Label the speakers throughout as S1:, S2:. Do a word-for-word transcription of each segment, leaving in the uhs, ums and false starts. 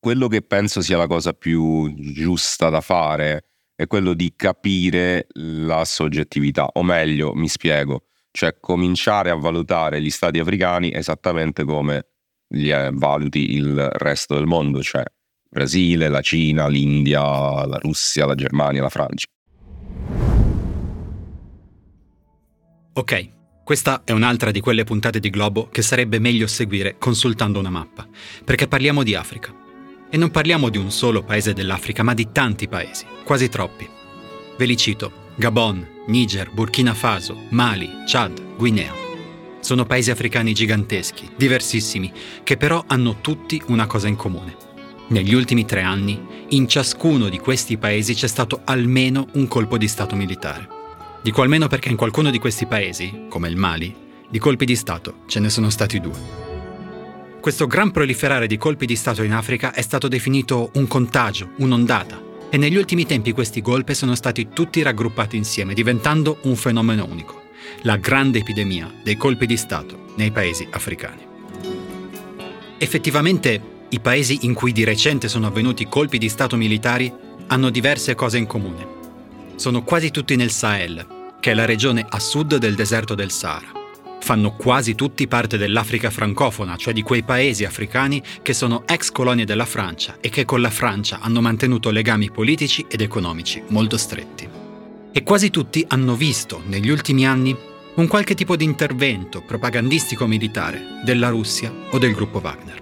S1: quello che penso sia la cosa più giusta da fare è quello di capire la soggettività, o meglio, mi spiego, cioè cominciare a valutare gli stati africani esattamente come li eh, valuti il resto del mondo, cioè Brasile, la Cina, l'India, la Russia, la Germania, la Francia.
S2: Ok, questa è un'altra di quelle puntate di Globo che sarebbe meglio seguire consultando una mappa, perché parliamo di Africa. E non parliamo di un solo paese dell'Africa, ma di tanti paesi, quasi troppi. Ve li cito: Gabon, Niger, Burkina Faso, Mali, Chad, Guinea. Sono paesi africani giganteschi, diversissimi, che però hanno tutti una cosa in comune. Negli ultimi tre anni, in ciascuno di questi paesi c'è stato almeno un colpo di stato militare. Dico almeno perché in qualcuno di questi paesi, come il Mali, di colpi di stato ce ne sono stati due. Questo gran proliferare di colpi di stato in Africa è stato definito un contagio, un'ondata, e negli ultimi tempi questi golpe sono stati tutti raggruppati insieme, diventando un fenomeno unico: la grande epidemia dei colpi di stato nei paesi africani. Effettivamente, i paesi in cui di recente sono avvenuti colpi di stato militari hanno diverse cose in comune. Sono quasi tutti nel Sahel, che è la regione a sud del deserto del Sahara. Fanno quasi tutti parte dell'Africa francofona, cioè di quei paesi africani che sono ex colonie della Francia e che con la Francia hanno mantenuto legami politici ed economici molto stretti. E quasi tutti hanno visto, negli ultimi anni, un qualche tipo di intervento propagandistico militare della Russia o del gruppo Wagner.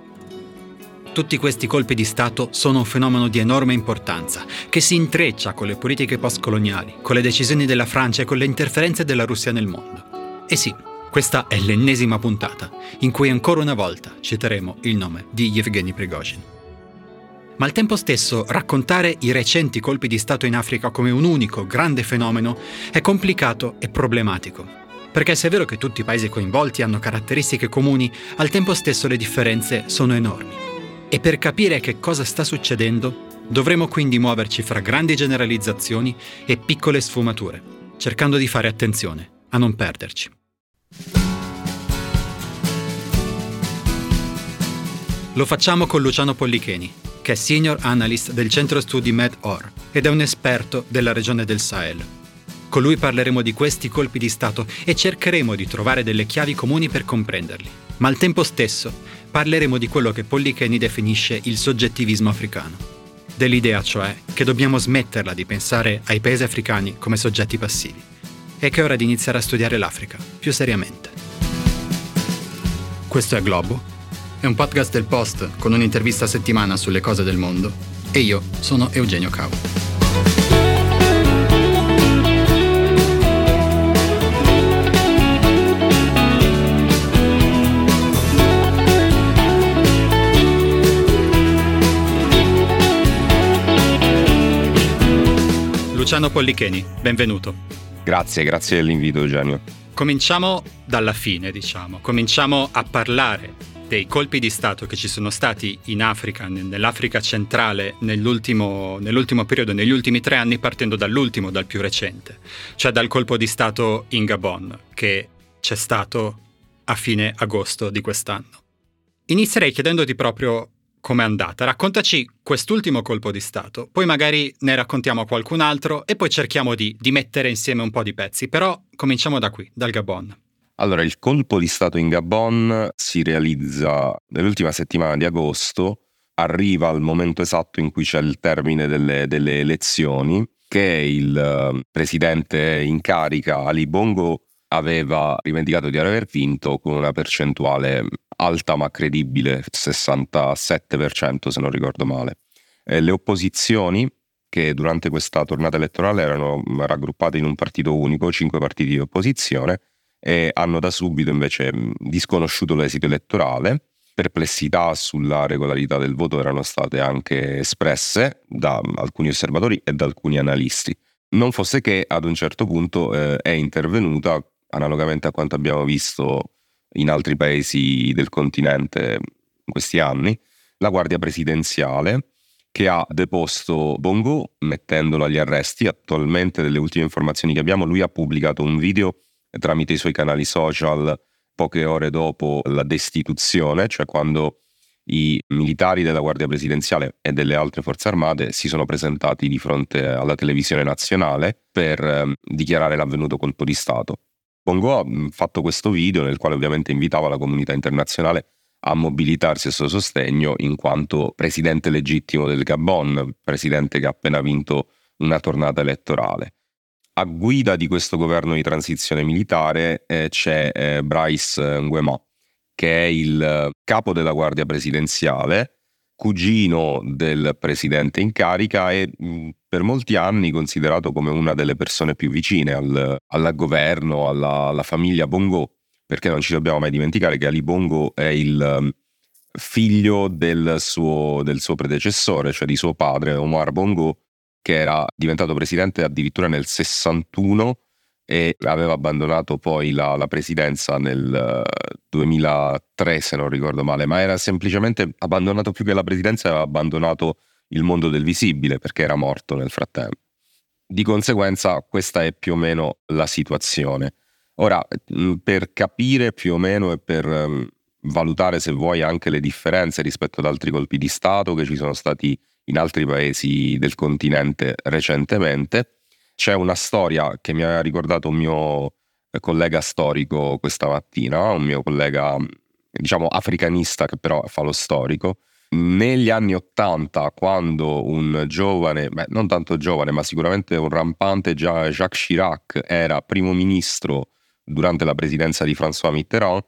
S2: Tutti questi colpi di Stato sono un fenomeno di enorme importanza, che si intreccia con le politiche postcoloniali, con le decisioni della Francia e con le interferenze della Russia nel mondo. E sì, questa è l'ennesima puntata, in cui ancora una volta citeremo il nome di Yevgeny Prigozhin. Ma al tempo stesso, raccontare i recenti colpi di Stato in Africa come un unico grande fenomeno è complicato e problematico. Perché se è vero che tutti i paesi coinvolti hanno caratteristiche comuni, al tempo stesso le differenze sono enormi. E per capire che cosa sta succedendo, dovremo quindi muoverci fra grandi generalizzazioni e piccole sfumature, cercando di fare attenzione a non perderci. Lo facciamo con Luciano Pollicheni, che è Senior Analyst del Centro Studi Med-Or ed è un esperto della regione del Sahel. Con lui parleremo di questi colpi di Stato e cercheremo di trovare delle chiavi comuni per comprenderli. Ma al tempo stesso parleremo di quello che Pollicheni definisce il soggettivismo africano. Dell'idea, cioè, che dobbiamo smetterla di pensare ai paesi africani come soggetti passivi e che è ora di iniziare a studiare l'Africa più seriamente. Questo è Globo, è un podcast del Post con un'intervista a settimana sulle cose del mondo e io sono Eugenio Cau. Luciano Pollicheni, benvenuto.
S1: Grazie, grazie dell'invito, Eugenio.
S2: Cominciamo dalla fine, diciamo. Cominciamo a parlare dei colpi di Stato che ci sono stati in Africa, nell'Africa centrale, nell'ultimo, nell'ultimo periodo, negli ultimi tre anni, partendo dall'ultimo, dal più recente, cioè dal colpo di Stato in Gabon, che c'è stato a fine agosto di quest'anno. Inizierei chiedendoti proprio com'è andata. Raccontaci quest'ultimo colpo di Stato, poi magari ne raccontiamo qualcun altro e poi cerchiamo di, di mettere insieme un po' di pezzi, però cominciamo da qui, dal Gabon.
S1: Allora, il colpo di Stato in Gabon si realizza nell'ultima settimana di agosto, arriva al momento esatto in cui c'è il termine delle, delle elezioni, che il uh, presidente in carica Ali Bongo aveva rivendicato di aver vinto con una percentuale alta ma credibile, sessantasette per cento se non ricordo male. E le opposizioni, che durante questa tornata elettorale erano raggruppate in un partito unico, cinque partiti di opposizione, e hanno da subito invece disconosciuto l'esito elettorale. Perplessità sulla regolarità del voto erano state anche espresse da alcuni osservatori e da alcuni analisti. Non fosse che ad un certo punto eh, è intervenuta, analogamente a quanto abbiamo visto in altri paesi del continente in questi anni, la Guardia Presidenziale, che ha deposto Bongo mettendolo agli arresti. Attualmente, delle ultime informazioni che abbiamo, lui ha pubblicato un video tramite i suoi canali social poche ore dopo la destituzione, cioè quando i militari della Guardia Presidenziale e delle altre forze armate si sono presentati di fronte alla televisione nazionale per eh, dichiarare l'avvenuto colpo di Stato. Bongo ha fatto questo video nel quale ovviamente invitava la comunità internazionale a mobilitarsi a suo sostegno in quanto presidente legittimo del Gabon, presidente che ha appena vinto una tornata elettorale. A guida di questo governo di transizione militare eh, c'è eh, Brice Nguema, che è il capo della Guardia Presidenziale, cugino del presidente in carica e mh, per molti anni considerato come una delle persone più vicine al, al governo, alla, alla famiglia Bongo, perché non ci dobbiamo mai dimenticare che Ali Bongo è il um, figlio del suo, del suo predecessore, cioè di suo padre, Omar Bongo, che era diventato presidente addirittura nel sessantuno e aveva abbandonato poi la, la presidenza nel uh, duemilatré, se non ricordo male, ma era semplicemente abbandonato più che la presidenza, aveva abbandonato il mondo del visibile perché era morto nel frattempo. Di conseguenza questa è più o meno la situazione. Ora, per capire più o meno e per um, valutare, se vuoi, anche le differenze rispetto ad altri colpi di Stato che ci sono stati in altri paesi del continente recentemente, c'è una storia che mi ha ricordato un mio collega storico questa mattina, un mio collega, diciamo, africanista che però fa lo storico. Negli anni Ottanta, quando un giovane, beh, non tanto giovane, ma sicuramente un rampante già Jacques Chirac era primo ministro durante la presidenza di François Mitterrand,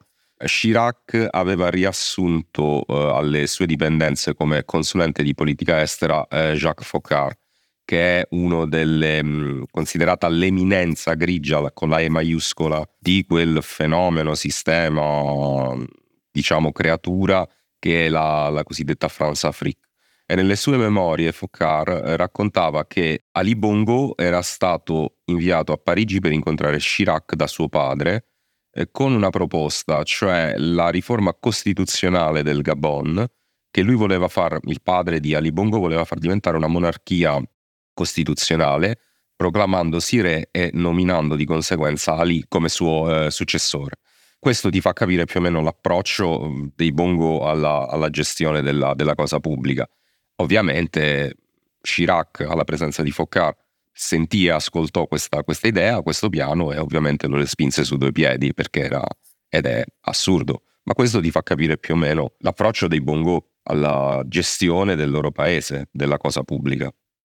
S1: Chirac aveva riassunto uh, alle sue dipendenze come consulente di politica estera uh, Jacques Foccart, che è uno delle mh, considerata l'eminenza grigia con la E maiuscola di quel fenomeno, sistema, diciamo creatura che è la, la cosiddetta France-Afrique. E nelle sue memorie Foccart eh, raccontava che Ali Bongo era stato inviato a Parigi per incontrare Chirac da suo padre eh, con una proposta, cioè la riforma costituzionale del Gabon, che lui voleva far, il padre di Ali Bongo voleva far diventare una monarchia costituzionale, proclamandosi re e nominando di conseguenza Ali come suo eh, successore. Questo ti fa capire più o meno l'approccio dei Bongo alla, alla gestione della, della cosa pubblica. Ovviamente Chirac, alla presenza di Foccart, sentì e ascoltò questa, questa idea, questo piano, e ovviamente lo respinse su due piedi perché era ed è assurdo. Ma questo ti fa capire più o meno l'approccio dei Bongo alla gestione del loro paese, della cosa pubblica.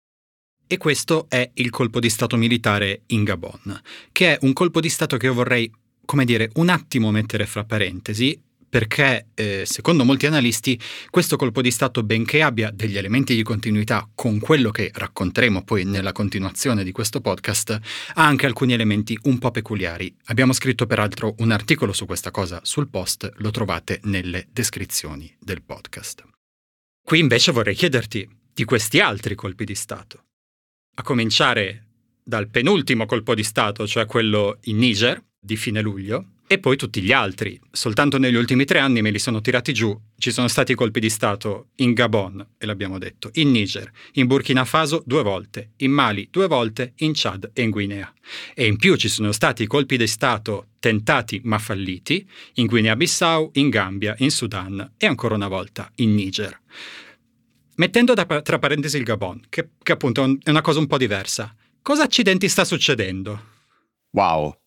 S2: E questo è il colpo di Stato militare in Gabon, che è un colpo di Stato che io vorrei, come dire, un attimo mettere fra parentesi, perché eh, secondo molti analisti questo colpo di Stato, benché abbia degli elementi di continuità con quello che racconteremo poi nella continuazione di questo podcast, ha anche alcuni elementi un po' peculiari. Abbiamo scritto peraltro un articolo su questa cosa sul post, lo trovate nelle descrizioni del podcast. Qui invece vorrei chiederti di questi altri colpi di Stato. A cominciare dal penultimo colpo di Stato, cioè quello in Niger, di fine luglio, e poi tutti gli altri. Soltanto negli ultimi tre anni me li sono tirati giù. Ci sono stati colpi di Stato in Gabon, e l'abbiamo detto, in Niger, in Burkina Faso due volte, in Mali due volte, in Chad e in Guinea. E in più ci sono stati colpi di Stato tentati ma falliti in Guinea-Bissau, in Gambia, in Sudan e ancora una volta in Niger. Mettendo da, tra parentesi il Gabon, che, che appunto è una cosa un po' diversa, cosa accidenti sta succedendo?
S1: Wow!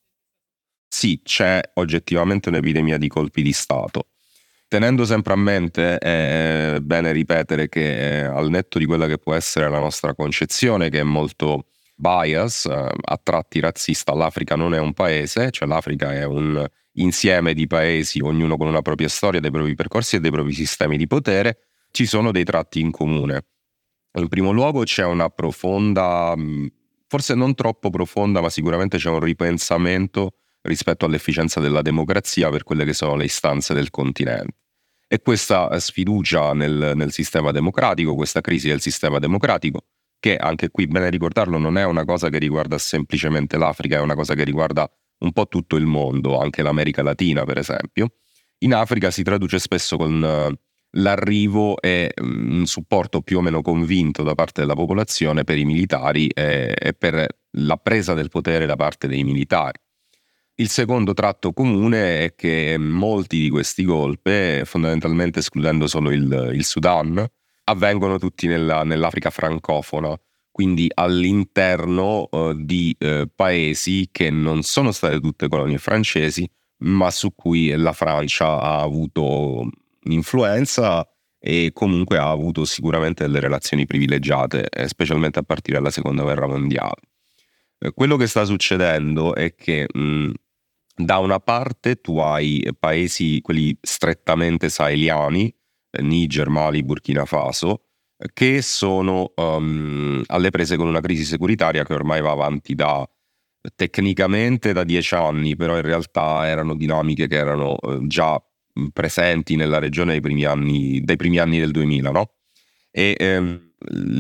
S1: Sì, c'è oggettivamente un'epidemia di colpi di Stato. Tenendo sempre a mente, è bene ripetere che al netto di quella che può essere la nostra concezione, che è molto bias, a tratti razzista, l'Africa non è un paese, cioè l'Africa è un insieme di paesi, ognuno con una propria storia, dei propri percorsi e dei propri sistemi di potere. Ci sono dei tratti in comune. In primo luogo c'è una profonda, forse non troppo profonda, ma sicuramente c'è un ripensamento rispetto all'efficienza della democrazia per quelle che sono le istanze del continente. E questa sfiducia nel, nel sistema democratico, questa crisi del sistema democratico, che anche qui, bene ricordarlo, non è una cosa che riguarda semplicemente l'Africa, è una cosa che riguarda un po' tutto il mondo, anche l'America Latina per esempio. In Africa si traduce spesso con l'arrivo e un supporto più o meno convinto da parte della popolazione per i militari e, e per la presa del potere da parte dei militari. Il secondo tratto comune è che molti di questi golpe, fondamentalmente escludendo solo il, il Sudan, avvengono tutti nella, nell'Africa francofona, quindi all'interno eh, di eh, paesi che non sono state tutte colonie francesi, ma su cui la Francia ha avuto influenza e comunque ha avuto sicuramente delle relazioni privilegiate, eh, specialmente a partire dalla Seconda Guerra Mondiale. Eh, quello che sta succedendo è che mh, da una parte tu hai paesi, quelli strettamente saheliani, eh, Niger, Mali, Burkina Faso, eh, che sono um, alle prese con una crisi securitaria che ormai va avanti da tecnicamente da dieci anni, però in realtà erano dinamiche che erano eh, già presenti nella regione dai primi anni, dai primi anni del duemila, no? E ehm,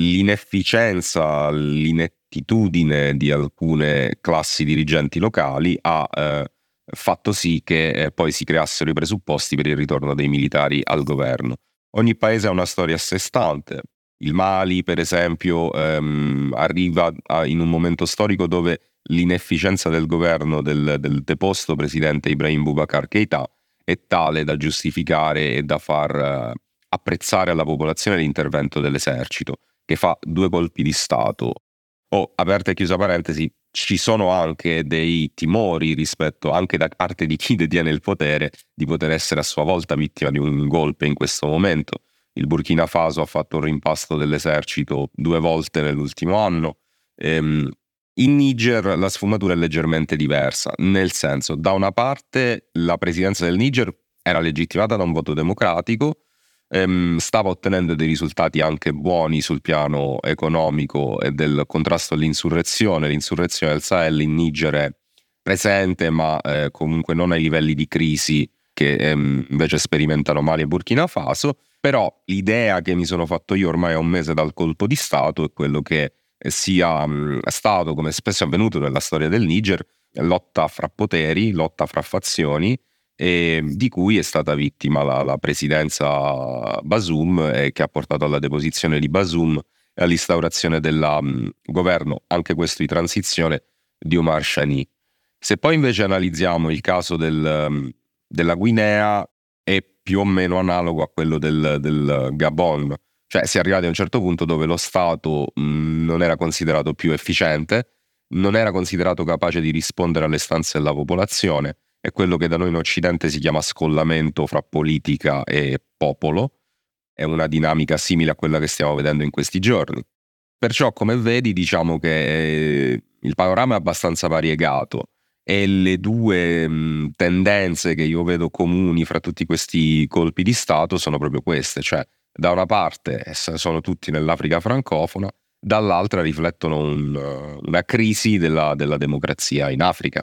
S1: l'inefficienza, l'inettitudine di alcune classi dirigenti locali ha eh, fatto sì che eh, poi si creassero i presupposti per il ritorno dei militari al governo. Ogni paese ha una storia a sé stante. Il Mali, per esempio, ehm, arriva a, in un momento storico dove l'inefficienza del governo del, del deposto presidente Ibrahim Boubacar Keïta è tale da giustificare e da far eh, apprezzare alla popolazione l'intervento dell'esercito, che fa due colpi di Stato. O, aperta e chiusa parentesi, ci sono anche dei timori rispetto, anche da parte di chi detiene il potere, di poter essere a sua volta vittima di un golpe in questo momento. Il Burkina Faso ha fatto un rimpasto dell'esercito due volte nell'ultimo anno. Ehm, in Niger la sfumatura è leggermente diversa, nel senso, da una parte la presidenza del Niger era legittimata da un voto democratico, ehm, stava ottenendo dei risultati anche buoni sul piano economico e del contrasto all'insurrezione. L'insurrezione del Sahel in Niger è presente, ma eh, comunque non ai livelli di crisi che ehm, invece sperimentano Mali e Burkina Faso. Però l'idea che mi sono fatto io ormai a un mese dal colpo di Stato è quello che sia mh, stato, come spesso è avvenuto nella storia del Niger, lotta fra poteri, lotta fra fazioni, e di cui è stata vittima la, la presidenza Bazoum, e che ha portato alla deposizione di Bazoum e all'instaurazione del um, governo, anche questo di transizione, di Omar Shani. Se poi invece analizziamo il caso del, um, della Guinea, è più o meno analogo a quello del, del Gabon, cioè si è arrivati a un certo punto dove lo Stato mh, non era considerato più efficiente, non era considerato capace di rispondere alle istanze della popolazione, è quello che da noi in Occidente si chiama scollamento fra politica e popolo, è una dinamica simile a quella che stiamo vedendo in questi giorni. Perciò, come vedi, diciamo che eh, il panorama è abbastanza variegato e le due mh, tendenze che io vedo comuni fra tutti questi colpi di Stato sono proprio queste, cioè da una parte sono tutti nell'Africa francofona, dall'altra riflettono un, una crisi della, della democrazia in Africa.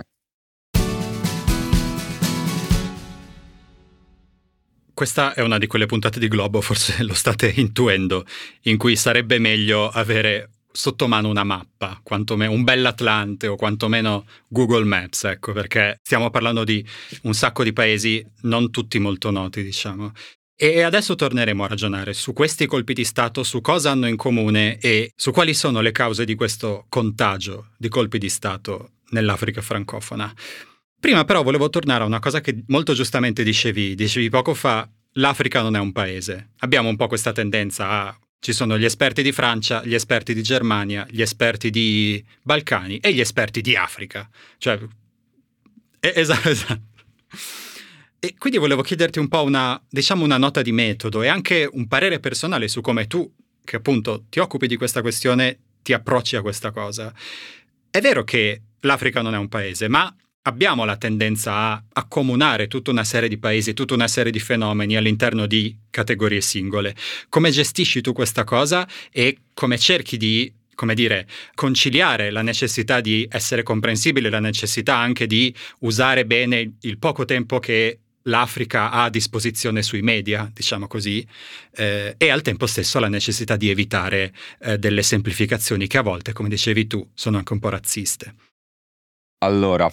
S2: Questa è una di quelle puntate di Globo, forse lo state intuendo, in cui sarebbe meglio avere sotto mano una mappa, quantomeno un bell'Atlante o quantomeno Google Maps, ecco, perché stiamo parlando di un sacco di paesi non tutti molto noti, diciamo. E adesso torneremo a ragionare su questi colpi di Stato, su cosa hanno in comune e su quali sono le cause di questo contagio di colpi di Stato nell'Africa francofona. Prima però volevo tornare a una cosa che molto giustamente dicevi, dicevi poco fa, l'Africa non è un paese. Abbiamo un po' questa tendenza a... Ci sono gli esperti di Francia, gli esperti di Germania, gli esperti di Balcani e gli esperti di Africa. Cioè, esatto, esatto. E quindi volevo chiederti un po' una, diciamo, una nota di metodo e anche un parere personale su come tu, che appunto ti occupi di questa questione, ti approcci a questa cosa. È vero che l'Africa non è un paese, ma abbiamo la tendenza a accomunare tutta una serie di paesi, tutta una serie di fenomeni all'interno di categorie singole. Come gestisci tu questa cosa e come cerchi di, come dire, conciliare la necessità di essere comprensibile, la necessità anche di usare bene il poco tempo che l'Africa ha a disposizione sui media, diciamo così, eh, e al tempo stesso la necessità di evitare eh, delle semplificazioni che a volte, come dicevi tu, sono anche un po' razziste.
S1: Allora,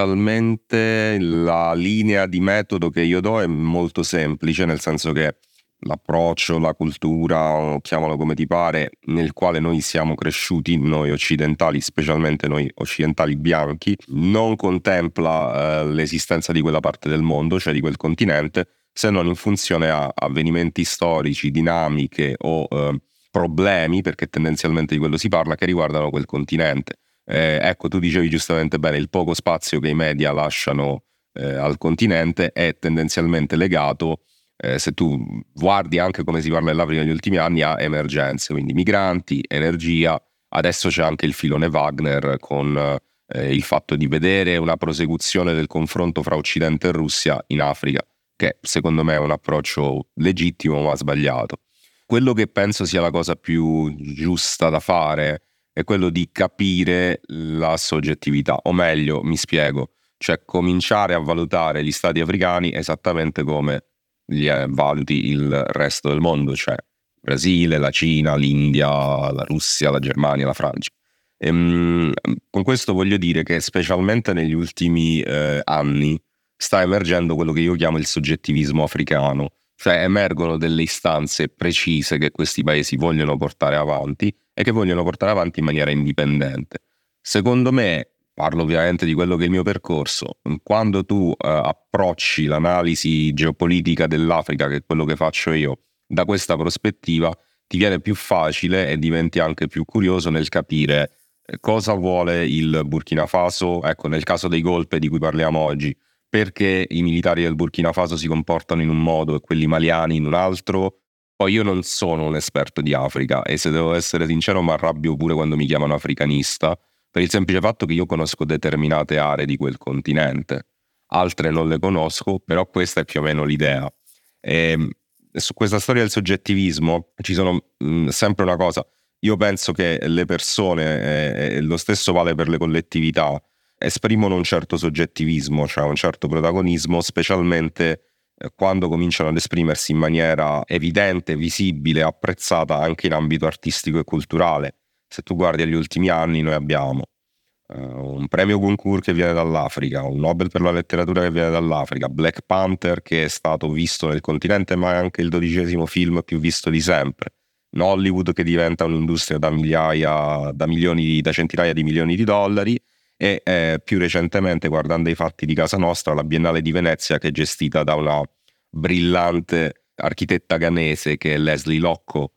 S1: fondamentalmente la linea di metodo che io do è molto semplice, nel senso che l'approccio, la cultura, chiamalo come ti pare, nel quale noi siamo cresciuti, noi occidentali, specialmente noi occidentali bianchi, non contempla eh, l'esistenza di quella parte del mondo, cioè di quel continente, se non in funzione a avvenimenti storici, dinamiche o eh, problemi, perché tendenzialmente di quello si parla, che riguardano quel continente. Eh, ecco, tu dicevi giustamente bene, il poco spazio che i media lasciano eh, al continente è tendenzialmente legato, eh, se tu guardi anche come si parla dell'Africa negli ultimi anni, a emergenze, quindi migranti, energia, adesso c'è anche il filone Wagner con eh, il fatto di vedere una prosecuzione del confronto fra Occidente e Russia in Africa, che secondo me è un approccio legittimo ma sbagliato. Quello che penso sia la cosa più giusta da fare è quello di capire la soggettività, o meglio, mi spiego, cioè cominciare a valutare gli stati africani esattamente come li eh, valuti il resto del mondo, cioè Brasile, la Cina, l'India, la Russia, la Germania, la Francia. Ehm, con questo voglio dire che specialmente negli ultimi eh, anni sta emergendo quello che io chiamo il soggettivismo africano, cioè emergono delle istanze precise che questi paesi vogliono portare avanti e che vogliono portare avanti in maniera indipendente. Secondo me, parlo ovviamente di quello che è il mio percorso, quando tu eh, approcci l'analisi geopolitica dell'Africa, che è quello che faccio io, da questa prospettiva, ti viene più facile e diventi anche più curioso nel capire eh, cosa vuole il Burkina Faso, ecco, nel caso dei golpe di cui parliamo oggi, perché i militari del Burkina Faso si comportano in un modo e quelli maliani in un altro. Poi io non sono un esperto di Africa e se devo essere sincero mi arrabbio pure quando mi chiamano africanista, per il semplice fatto che io conosco determinate aree di quel continente, altre non le conosco, però questa è più o meno l'idea. E su questa storia del soggettivismo ci sono mh, sempre una cosa, io penso che le persone, e lo stesso vale per le collettività, esprimono un certo soggettivismo, cioè un certo protagonismo, specialmente eh, quando cominciano ad esprimersi in maniera evidente, visibile, apprezzata anche in ambito artistico e culturale. Se tu guardi agli ultimi anni noi abbiamo uh, un premio Goncourt che viene dall'Africa, un Nobel per la letteratura che viene dall'Africa, Black Panther che è stato visto nel continente ma è anche il dodicesimo film più visto di sempre, Hollywood che diventa un'industria da migliaia, da milioni, da centinaia di milioni di dollari, e eh, più recentemente, guardando i fatti di casa nostra, la Biennale di Venezia che è gestita da una brillante architetta ghanese che è Leslie Locco.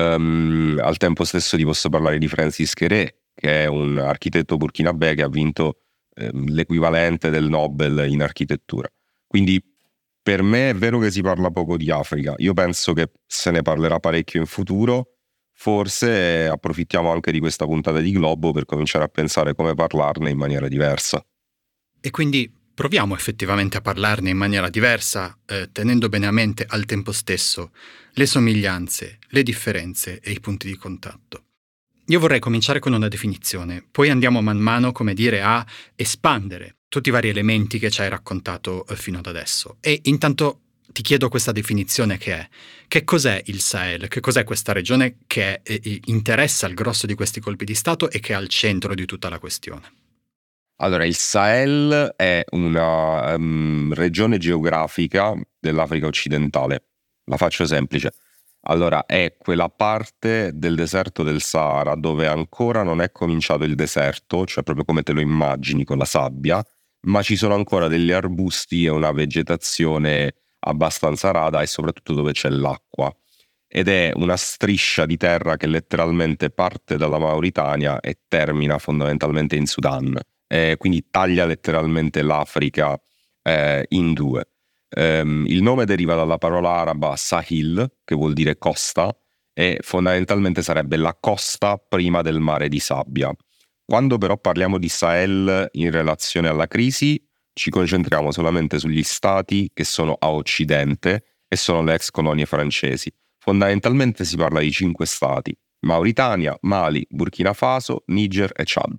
S1: Um, al tempo stesso ti posso parlare di Francis Kéré, che è un architetto burkinabè che ha vinto ehm, l'equivalente del Nobel in architettura. Quindi per me è vero che si parla poco di Africa, io penso che se ne parlerà parecchio in futuro. Forse approfittiamo anche di questa puntata di Globo per cominciare a pensare come parlarne in maniera diversa.
S2: E quindi proviamo effettivamente a parlarne in maniera diversa, eh, tenendo bene a mente al tempo stesso le somiglianze, le differenze e i punti di contatto. Io vorrei cominciare con una definizione, poi andiamo man mano, come dire, a espandere tutti i vari elementi che ci hai raccontato eh, fino ad adesso. E intanto ti chiedo questa definizione che è: che cos'è il Sahel? Che cos'è questa regione che eh, interessa il grosso di questi colpi di Stato e che è al centro di tutta la questione?
S1: Allora, il Sahel è una um, regione geografica dell'Africa occidentale. La faccio semplice. Allora, è quella parte del deserto del Sahara dove ancora non è cominciato il deserto, cioè proprio come te lo immagini con la sabbia, ma ci sono ancora degli arbusti e una vegetazione abbastanza rada e soprattutto dove c'è l'acqua. Ed è una striscia di terra che letteralmente parte dalla Mauritania e termina fondamentalmente in Sudan. Eh, quindi taglia letteralmente l'Africa eh, in due. Um, il nome deriva dalla parola araba Sahil, che vuol dire costa, e fondamentalmente sarebbe la costa prima del mare di sabbia. Quando però parliamo di Sahel in relazione alla crisi, ci concentriamo solamente sugli stati che sono a occidente e sono le ex colonie francesi. Fondamentalmente si parla di cinque stati: Mauritania, Mali, Burkina Faso, Niger e Chad.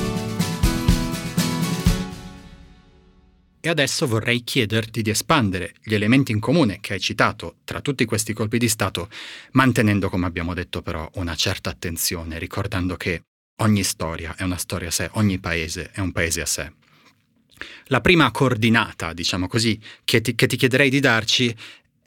S2: E adesso vorrei chiederti di espandere gli elementi in comune che hai citato tra tutti questi colpi di Stato, mantenendo, come abbiamo detto però, una certa attenzione, ricordando che ogni storia è una storia a sé, ogni paese è un paese a sé. La prima coordinata, diciamo così, che ti, che ti chiederei di darci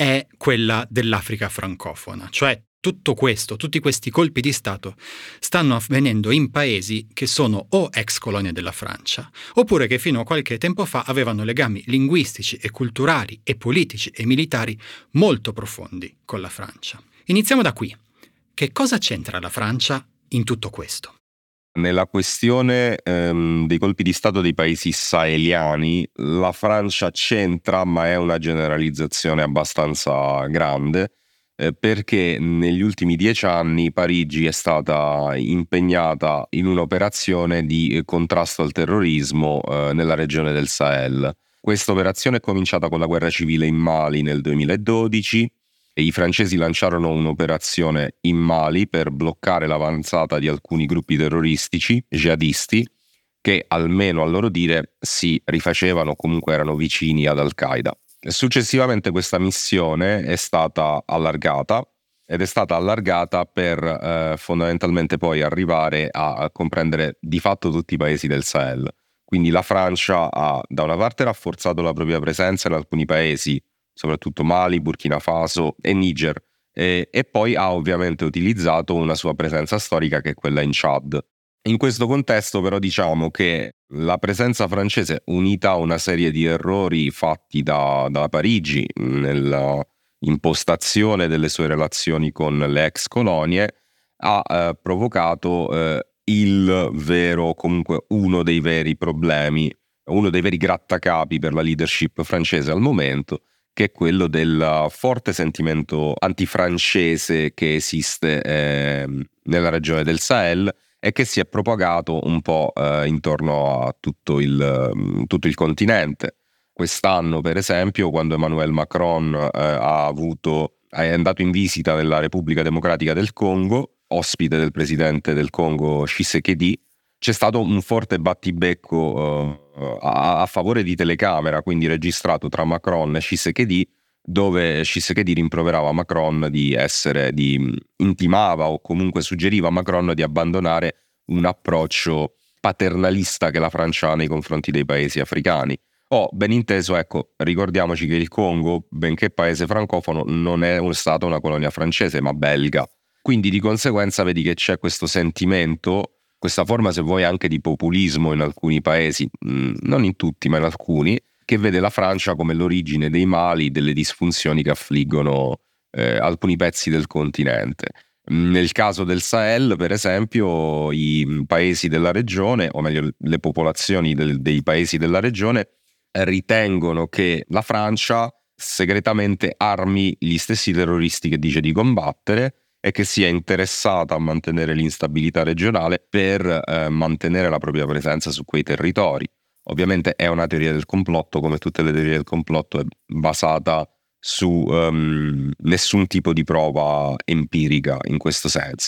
S2: è quella dell'Africa francofona, cioè tutto questo, tutti questi colpi di Stato stanno avvenendo in paesi che sono o ex colonie della Francia, oppure che fino a qualche tempo fa avevano legami linguistici e culturali e politici e militari molto profondi con la Francia. Iniziamo da qui. Che cosa c'entra la Francia in tutto questo?
S1: Nella questione ehm, dei colpi di Stato dei paesi saheliani, la Francia c'entra, ma è una generalizzazione abbastanza grande, eh, perché negli ultimi dieci anni Parigi è stata impegnata in un'operazione di contrasto al terrorismo eh, nella regione del Sahel. Questa operazione è cominciata con la guerra civile in Mali nel duemiladodici. E i francesi lanciarono un'operazione in Mali per bloccare l'avanzata di alcuni gruppi terroristici jihadisti che, almeno a loro dire, si rifacevano o comunque erano vicini ad Al-Qaeda. Successivamente questa missione è stata allargata ed è stata allargata per eh, fondamentalmente poi arrivare a, a comprendere di fatto tutti i paesi del Sahel. Quindi la Francia ha da una parte rafforzato la propria presenza in alcuni paesi, soprattutto Mali, Burkina Faso e Niger, e, e poi ha ovviamente utilizzato una sua presenza storica che è quella in Chad. In questo contesto però diciamo che la presenza francese, unita a una serie di errori fatti da, da Parigi nella impostazione delle sue relazioni con le ex colonie, ha eh, provocato eh, il vero, comunque uno dei veri problemi, uno dei veri grattacapi per la leadership francese al momento, che è quello del forte sentimento antifrancese che esiste eh, nella regione del Sahel e che si è propagato un po' eh, intorno a tutto il, tutto il continente. Quest'anno, per esempio, quando Emmanuel Macron eh, ha avuto, è andato in visita nella Repubblica Democratica del Congo, ospite del presidente del Congo Tshisekedi, c'è stato un forte battibecco uh, a, a favore di telecamera, quindi registrato tra Macron e Tshisekedi, dove Tshisekedi rimproverava Macron di essere, di intimava o comunque suggeriva a Macron di abbandonare un approccio paternalista che la Francia ha nei confronti dei paesi africani. Oh, ben inteso, ecco, ricordiamoci che il Congo, benché paese francofono, non è stata una colonia francese, ma belga. Quindi di conseguenza vedi che c'è questo sentimento, questa forma, se vuoi, anche di populismo in alcuni paesi, mh, non in tutti, ma in alcuni, che vede la Francia come l'origine dei mali, delle disfunzioni che affliggono eh, alcuni pezzi del continente. Nel caso del Sahel, per esempio, i paesi della regione, o meglio le popolazioni del, dei paesi della regione, ritengono che la Francia segretamente armi gli stessi terroristi che dice di combattere e che sia interessata a mantenere l'instabilità regionale per eh, mantenere la propria presenza su quei territori. Ovviamente è una teoria del complotto, come tutte le teorie del complotto, è basata su um, nessun tipo di prova empirica in questo senso.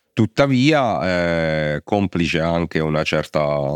S1: Tuttavia, eh, complice anche una certa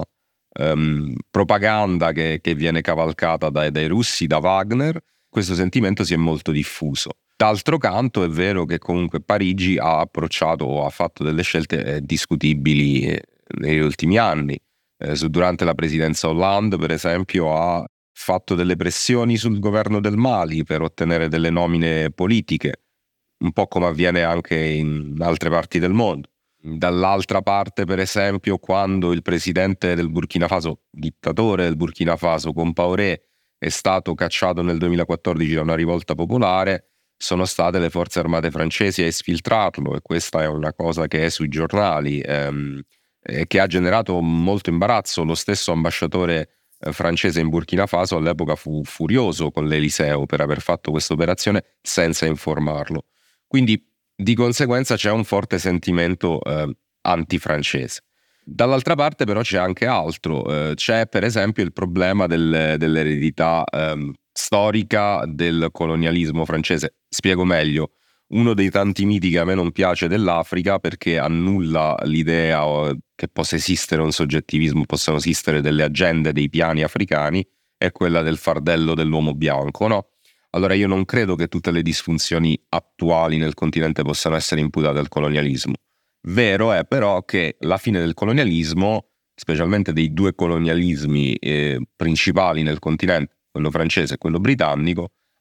S1: um, propaganda che, che viene cavalcata dai, dai russi, da Wagner, questo sentimento si è molto diffuso. D'altro canto è vero che comunque Parigi ha approcciato o ha fatto delle scelte eh, discutibili eh, negli ultimi anni. Eh, su, durante la presidenza Hollande, per esempio, ha fatto delle pressioni sul governo del Mali per ottenere delle nomine politiche, un po' come avviene anche in altre parti del mondo. Dall'altra parte, per esempio, quando il presidente del Burkina Faso, dittatore del Burkina Faso, Compaoré, è stato cacciato nel duemilaquattordici da una rivolta popolare, sono state le forze armate francesi a esfiltrarlo, e questa è una cosa che è sui giornali ehm, e che ha generato molto imbarazzo. Lo stesso ambasciatore eh, francese in Burkina Faso all'epoca fu furioso con l'Eliseo per aver fatto questa operazione senza informarlo. Quindi di conseguenza c'è un forte sentimento eh, antifrancese. Dall'altra parte però c'è anche altro, eh, c'è per esempio il problema del, dell'eredità ehm, storica del colonialismo francese. Spiego meglio: uno dei tanti miti che a me non piace dell'Africa, perché annulla l'idea che possa esistere un soggettivismo, possano esistere delle agende, dei piani africani, è quella del fardello dell'uomo bianco, no? Allora io non credo che tutte le disfunzioni attuali nel continente possano essere imputate al colonialismo. Vero è però che la fine del colonialismo, specialmente dei due colonialismi eh, principali nel continente, quello francese e quello britannico,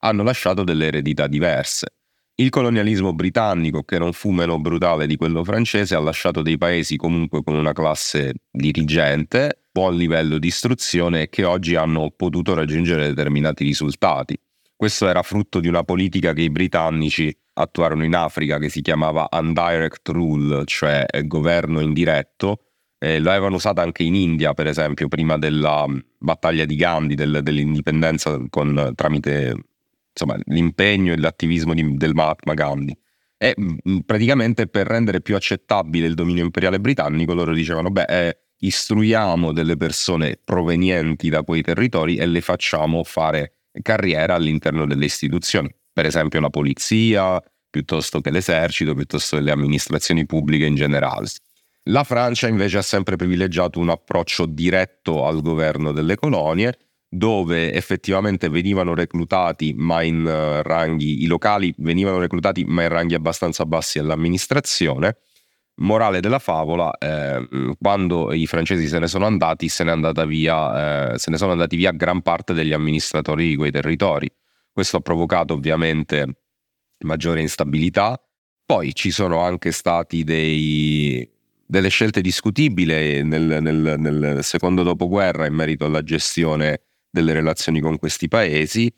S1: hanno lasciato delle eredità diverse. Il colonialismo britannico, che non fu meno brutale di quello francese, ha lasciato dei paesi comunque con una classe dirigente, buon livello di istruzione e che oggi hanno potuto raggiungere determinati risultati. Questo era frutto di una politica che i britannici attuarono in Africa che si chiamava Undirect Rule, cioè governo indiretto. Eh, lo avevano usata anche in India, per esempio, prima della battaglia di Gandhi, del, dell'indipendenza con, tramite insomma, l'impegno e l'attivismo di, del Mahatma Gandhi. E mh, praticamente per rendere più accettabile il dominio imperiale britannico, loro dicevano, beh, eh, istruiamo delle persone provenienti da quei territori e le facciamo fare carriera all'interno delle istituzioni, per esempio la polizia, piuttosto che l'esercito, piuttosto che le amministrazioni pubbliche in generale. La Francia invece ha sempre privilegiato un approccio diretto al governo delle colonie, dove effettivamente venivano reclutati ma in uh, ranghi, i locali venivano reclutati ma in ranghi abbastanza bassi all'amministrazione. Morale della favola, eh, quando i francesi se ne sono andati, se ne è andata via, eh, se ne sono andati via gran parte degli amministratori di quei territori. Questo ha provocato ovviamente maggiore instabilità. Poi ci sono anche stati dei, delle scelte discutibili nel, nel, nel secondo dopoguerra in merito alla gestione delle relazioni con questi paesi,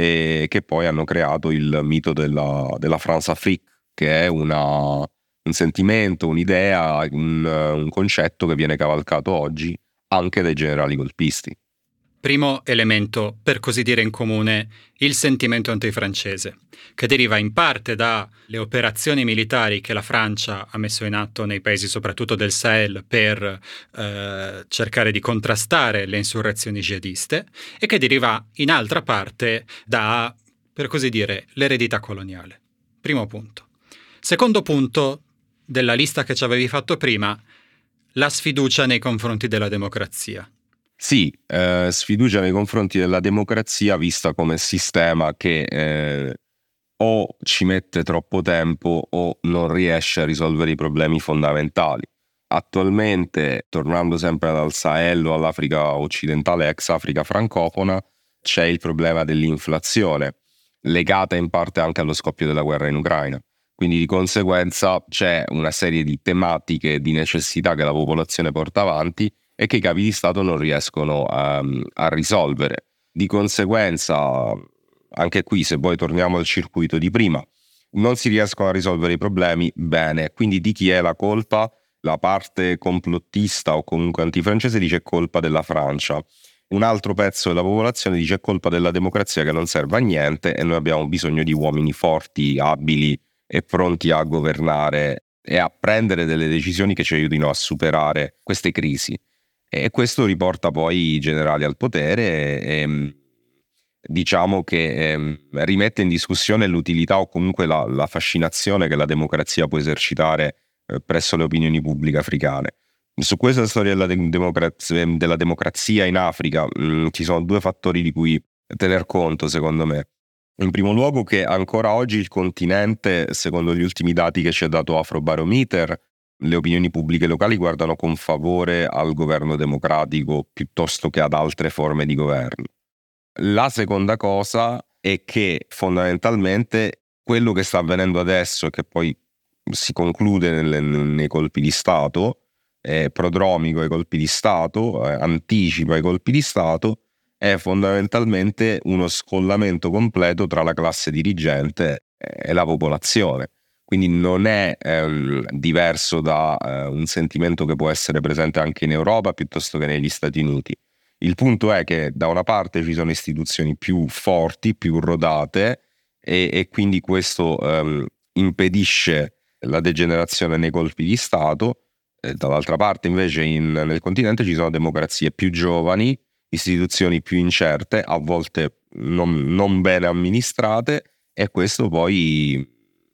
S1: e che poi hanno creato il mito della, della France-Afrique, che è una, un sentimento, un'idea, un, un concetto che viene cavalcato oggi anche dai generali golpisti.
S2: Primo elemento, per così dire in comune, il sentimento antifrancese, che deriva in parte dalle operazioni militari che la Francia ha messo in atto nei paesi soprattutto del Sahel per eh, cercare di contrastare le insurrezioni jihadiste, e che deriva in altra parte da, per così dire, l'eredità coloniale. Primo punto. Secondo punto della lista che ci avevi fatto prima, la sfiducia nei confronti della democrazia.
S1: Sì, eh, sfiducia nei confronti della democrazia vista come sistema che eh, o ci mette troppo tempo o non riesce a risolvere i problemi fondamentali. Attualmente, tornando sempre dal Sahel o all'Africa occidentale, ex Africa francofona, c'è il problema dell'inflazione, legata in parte anche allo scoppio della guerra in Ucraina. Quindi di conseguenza c'è una serie di tematiche, di necessità che la popolazione porta avanti e che i capi di Stato non riescono a, a risolvere. Di conseguenza, anche qui, se poi torniamo al circuito di prima, non si riescono a risolvere i problemi bene. Quindi di chi è la colpa? La parte complottista o comunque antifrancese dice colpa della Francia. Un altro pezzo della popolazione dice colpa della democrazia che non serve a niente e noi abbiamo bisogno di uomini forti, abili e pronti a governare e a prendere delle decisioni che ci aiutino a superare queste crisi. E questo riporta poi i generali al potere e, e diciamo che eh, rimette in discussione l'utilità o comunque la, la fascinazione che la democrazia può esercitare eh, presso le opinioni pubbliche africane. Su questa storia della, de- democrazia, della democrazia in Africa mh, ci sono due fattori di cui tener conto, secondo me. In primo luogo che ancora oggi il continente, secondo gli ultimi dati che ci ha dato Afrobarometer, le opinioni pubbliche locali guardano con favore al governo democratico piuttosto che ad altre forme di governo. La seconda cosa è che fondamentalmente quello che sta avvenendo adesso e che poi si conclude nelle, nei colpi di Stato, è prodromico ai colpi di Stato, eh, anticipa ai colpi di Stato, è fondamentalmente uno scollamento completo tra la classe dirigente e la popolazione. Quindi non è ehm, diverso da eh, un sentimento che può essere presente anche in Europa piuttosto che negli Stati Uniti. Il punto è che da una parte ci sono istituzioni più forti, più rodate e, e quindi questo ehm, impedisce la degenerazione nei colpi di Stato. E dall'altra parte invece in, nel continente ci sono democrazie più giovani, istituzioni più incerte, a volte non, non bene amministrate, e questo poi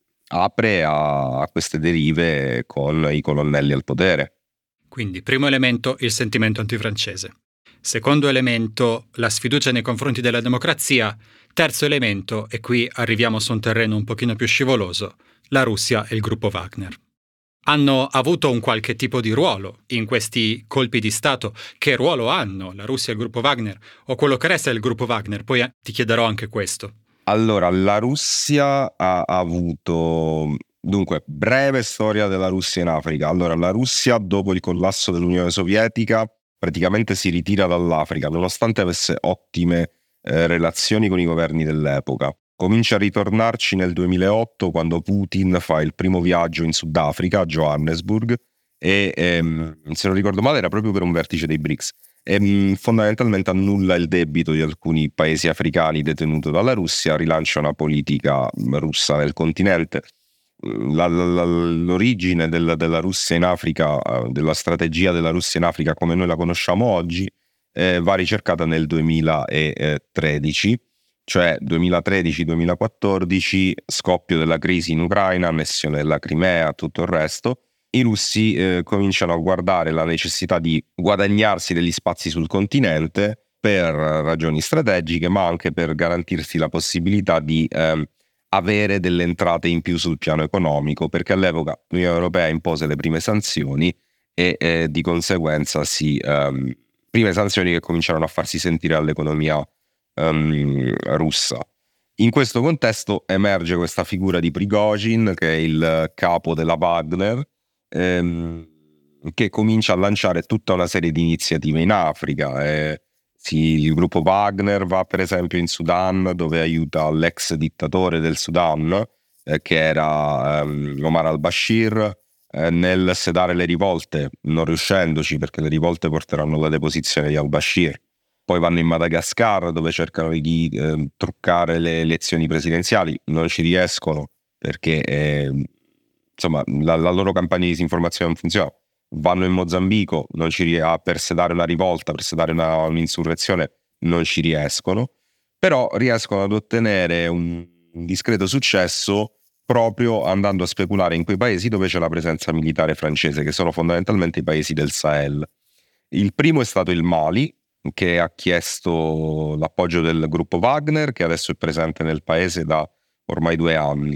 S1: apre a, a queste derive con i colonnelli al potere.
S2: Quindi, primo elemento, il sentimento antifrancese. Secondo elemento, la sfiducia nei confronti della democrazia. Terzo elemento, e qui arriviamo su un terreno un pochino più scivoloso, la Russia e il gruppo Wagner. Hanno avuto un qualche tipo di ruolo in questi colpi di Stato. Che ruolo hanno la Russia e il gruppo Wagner? O quello che resta del gruppo Wagner? Poi ti chiederò anche questo.
S1: Allora, la Russia ha avuto... Dunque, breve storia della Russia in Africa. Allora, la Russia, dopo il collasso dell'Unione Sovietica, praticamente si ritira dall'Africa, nonostante avesse ottime eh, relazioni con i governi dell'epoca. Comincia a ritornarci nel duemilaotto, quando Putin fa il primo viaggio in Sudafrica, a Johannesburg, e ehm, se non ricordo male era proprio per un vertice dei BRICS. E mh, fondamentalmente annulla il debito di alcuni paesi africani detenuto dalla Russia, rilancia una politica russa nel continente. La, la, la, l'origine del, della Russia in Africa, della strategia della Russia in Africa come noi la conosciamo oggi, eh, va ricercata nel duemilatredici, cioè duemilatredici duemilaquattordici, scoppio della crisi in Ucraina, annessione della Crimea, tutto il resto. I russi eh, cominciano a guardare la necessità di guadagnarsi degli spazi sul continente per ragioni strategiche, ma anche per garantirsi la possibilità di eh, avere delle entrate in più sul piano economico, perché all'epoca l'Unione Europea impose le prime sanzioni e eh, di conseguenza si um, prime sanzioni che cominciarono a farsi sentire all'economia um, russa. In questo contesto emerge questa figura di Prigozhin, che è il capo della Wagner, ehm, che comincia a lanciare tutta una serie di iniziative in Africa. Eh, sì, il gruppo Wagner va per esempio in Sudan, dove aiuta l'ex dittatore del Sudan, eh, che era ehm, Omar al-Bashir, eh, nel sedare le rivolte, non riuscendoci perché le rivolte porteranno alla deposizione di al-Bashir. Poi vanno in Madagascar, dove cercano di eh, truccare le elezioni presidenziali, non ci riescono perché eh, insomma la, la loro campagna di disinformazione non funziona. Vanno in Mozambico, non ci ries- per sedare una rivolta, per sedare una, un'insurrezione, non ci riescono, però riescono ad ottenere un, un discreto successo proprio andando a speculare in quei paesi dove c'è la presenza militare francese, che sono fondamentalmente i paesi del Sahel. Il primo è stato il Mali, che ha chiesto l'appoggio del gruppo Wagner, che adesso è presente nel paese da ormai due anni.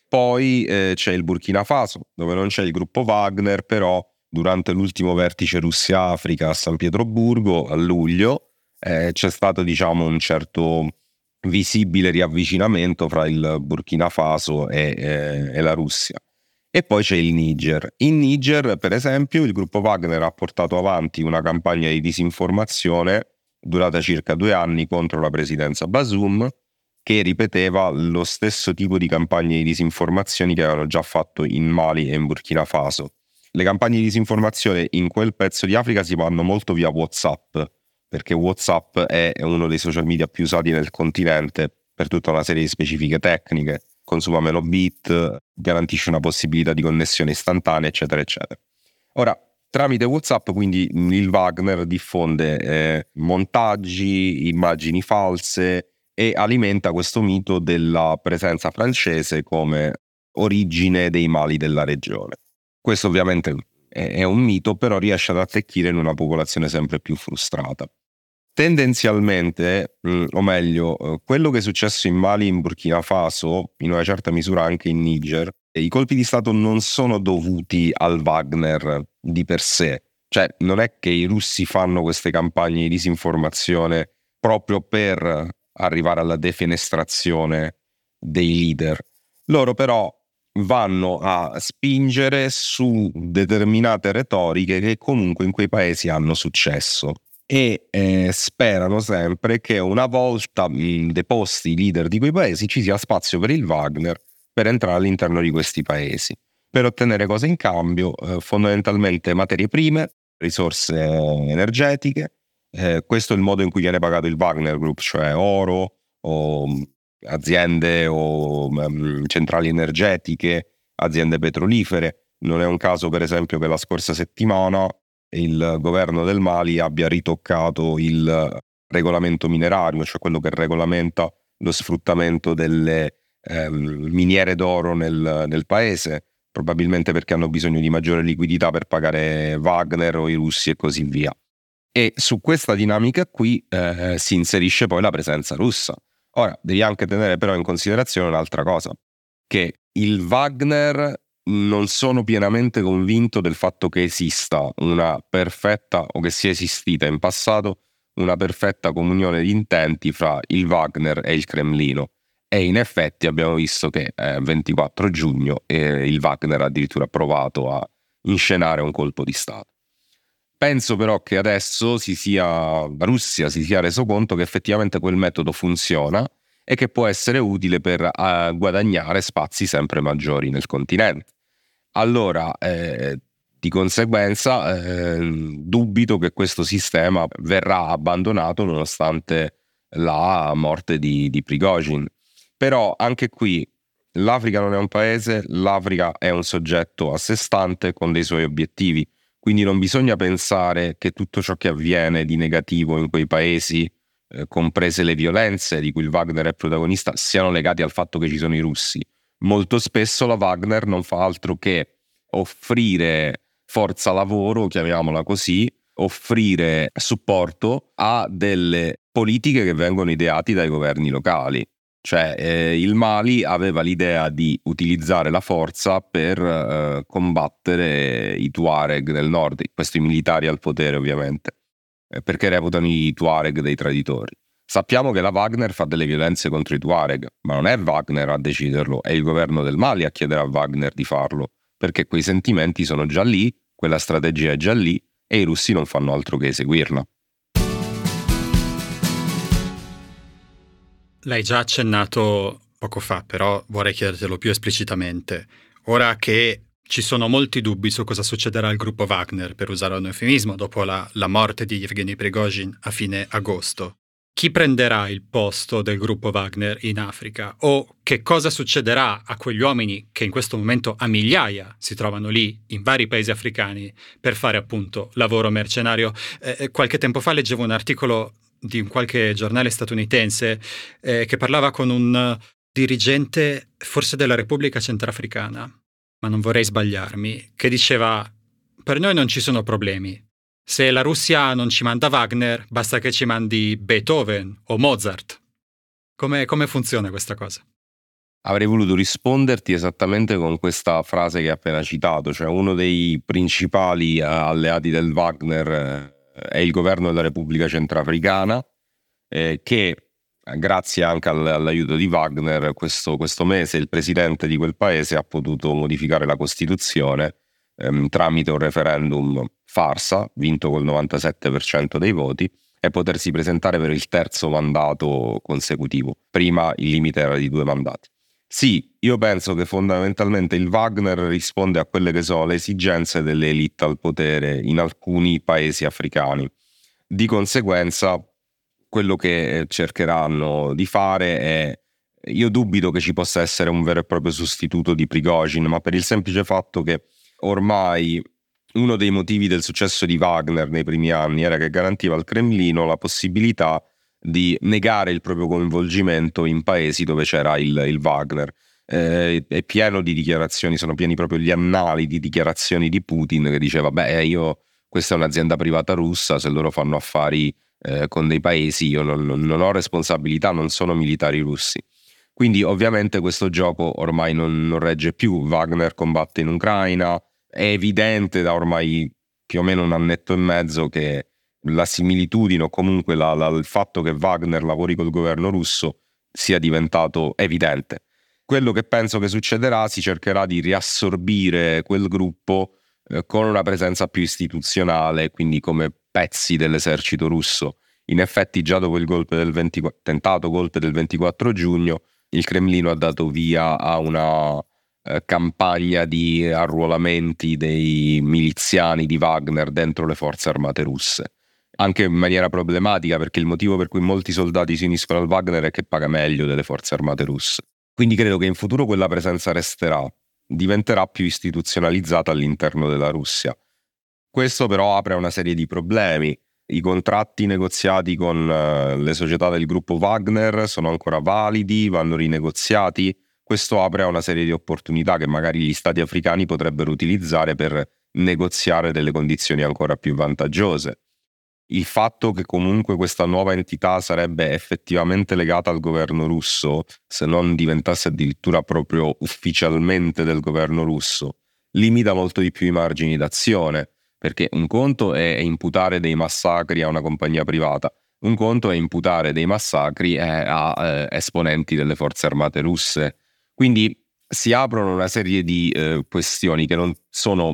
S1: Poi eh, c'è il Burkina Faso, dove non c'è il gruppo Wagner, però durante l'ultimo vertice Russia-Africa a San Pietroburgo a luglio eh, c'è stato, diciamo, un certo visibile riavvicinamento fra il Burkina Faso e, eh, e la Russia. E poi c'è il Niger. In Niger, per esempio, il gruppo Wagner ha portato avanti una campagna di disinformazione durata circa due anni contro la presidenza Bazoum, che ripeteva lo stesso tipo di campagne di disinformazioni che avevano già fatto in Mali e in Burkina Faso. Le campagne di disinformazione in quel pezzo di Africa si fanno molto via WhatsApp, perché WhatsApp è uno dei social media più usati nel continente per tutta una serie di specifiche tecniche, consuma meno bit, garantisce una possibilità di connessione istantanea, eccetera, eccetera. Ora, tramite WhatsApp, quindi il Wagner diffonde eh, montaggi, immagini false e alimenta questo mito della presenza francese come origine dei mali della regione. Questo ovviamente è un mito, però riesce ad attecchire in una popolazione sempre più frustrata. Tendenzialmente, o meglio, quello che è successo in Mali e in Burkina Faso, in una certa misura anche in Niger, i colpi di Stato non sono dovuti al Wagner di per sé. Cioè, non è che i russi fanno queste campagne di disinformazione proprio per arrivare alla defenestrazione dei leader. Loro però vanno a spingere su determinate retoriche che comunque in quei paesi hanno successo e eh, sperano sempre che una volta mh, deposti i leader di quei paesi ci sia spazio per il Wagner per entrare all'interno di questi paesi, per ottenere cose in cambio, eh, fondamentalmente materie prime, risorse energetiche. Eh, questo è il modo in cui viene pagato il Wagner Group, cioè oro o aziende o um, centrali energetiche, aziende petrolifere. Non è un caso, per esempio, che la scorsa settimana il governo del Mali abbia ritoccato il regolamento minerario, cioè quello che regolamenta lo sfruttamento delle ehm, miniere d'oro nel, nel paese, probabilmente perché hanno bisogno di maggiore liquidità per pagare Wagner o i russi e così via. E su questa dinamica qui eh, si inserisce poi la presenza russa. Ora, devi anche tenere però in considerazione un'altra cosa, che il Wagner non sono pienamente convinto del fatto che esista una perfetta, o che sia esistita in passato, una perfetta comunione di intenti fra il Wagner e il Cremlino. E in effetti abbiamo visto che il ventiquattro giugno eh, il Wagner ha addirittura provato a inscenare un colpo di Stato. Penso però che adesso si sia, la Russia si sia reso conto che effettivamente quel metodo funziona e che può essere utile per uh, guadagnare spazi sempre maggiori nel continente. Allora, eh, di conseguenza, eh, dubito che questo sistema verrà abbandonato nonostante la morte di, di Prigozhin. Però anche qui l'Africa non è un paese, l'Africa è un soggetto a sé stante con dei suoi obiettivi, quindi non bisogna pensare che tutto ciò che avviene di negativo in quei paesi, eh, comprese le violenze di cui il Wagner è protagonista, siano legati al fatto che ci sono i russi. Molto spesso la Wagner non fa altro che offrire forza lavoro, chiamiamola così, offrire supporto a delle politiche che vengono ideate dai governi locali. Cioè eh, il Mali aveva l'idea di utilizzare la forza per eh, combattere i Tuareg del nord, questi militari al potere ovviamente, eh, perché reputano i Tuareg dei traditori. Sappiamo che la Wagner fa delle violenze contro i Tuareg, ma non è Wagner a deciderlo, è il governo del Mali a chiedere a Wagner di farlo, perché quei sentimenti sono già lì, quella strategia è già lì e i russi non fanno altro che eseguirla.
S2: L'hai già accennato poco fa, però vorrei chiedertelo più esplicitamente. Ora che ci sono molti dubbi su cosa succederà al gruppo Wagner, per usare un eufemismo, dopo la, la morte di Yevgeny Prigozhin a fine agosto, chi prenderà il posto del gruppo Wagner in Africa? O che cosa succederà a quegli uomini che in questo momento a migliaia si trovano lì in vari paesi africani per fare appunto lavoro mercenario? Eh, qualche tempo fa leggevo un articolo di un qualche giornale statunitense eh, che parlava con un dirigente forse della Repubblica Centrafricana, ma non vorrei sbagliarmi, che diceva: per noi non ci sono problemi. Se la Russia non ci manda Wagner, basta che ci mandi Beethoven o Mozart. Come, come funziona questa cosa?
S1: Avrei voluto risponderti esattamente con questa frase che hai appena citato, cioè uno dei principali alleati del Wagner è il governo della Repubblica Centrafricana, eh, che grazie anche all'aiuto di Wagner questo, questo mese il presidente di quel paese ha potuto modificare la Costituzione ehm, tramite un referendum farsa, vinto col novantasette per cento dei voti, e potersi presentare per il terzo mandato consecutivo. Prima il limite era di due mandati. Sì, io penso che fondamentalmente il Wagner risponde a quelle che sono le esigenze delle elite al potere in alcuni paesi africani. Di conseguenza, quello che cercheranno di fare è, io dubito che ci possa essere un vero e proprio sostituto di Prigozhin, ma per il semplice fatto che ormai uno dei motivi del successo di Wagner nei primi anni era che garantiva al Cremlino la possibilità di negare il proprio coinvolgimento in paesi dove c'era il, il Wagner. Eh, è pieno di dichiarazioni, sono pieni proprio gli annali di dichiarazioni di Putin che diceva: beh, io, questa è un'azienda privata russa, se loro fanno affari eh, con dei paesi io non, non ho responsabilità, non sono militari russi. Quindi ovviamente questo gioco ormai non, non regge più. Wagner combatte in Ucraina, è evidente da ormai più o meno un annetto e mezzo che la similitudine o comunque la, la, il fatto che Wagner lavori col governo russo sia diventato evidente. Quello che penso che succederà, si cercherà di riassorbire quel gruppo eh, con una presenza più istituzionale, quindi come pezzi dell'esercito russo. In effetti già dopo il golpe del venti, tentato golpe del ventiquattro giugno, il Cremlino ha dato via a una eh, campagna di arruolamenti dei miliziani di Wagner dentro le forze armate russe. Anche in maniera problematica, perché il motivo per cui molti soldati si uniscono al Wagner è che paga meglio delle forze armate russe. Quindi credo che in futuro quella presenza resterà, diventerà più istituzionalizzata all'interno della Russia. Questo però apre una serie di problemi. I contratti negoziati con uh, le società del gruppo Wagner sono ancora validi, vanno rinegoziati. Questo apre a una serie di opportunità che magari gli stati africani potrebbero utilizzare per negoziare delle condizioni ancora più vantaggiose. Il fatto che comunque questa nuova entità sarebbe effettivamente legata al governo russo, se non diventasse addirittura proprio ufficialmente del governo russo, limita molto di più i margini d'azione, perché un conto è imputare dei massacri a una compagnia privata, Un conto è imputare dei massacri eh, a eh, esponenti delle forze armate russe. Quindi si aprono una serie di eh, questioni che non sono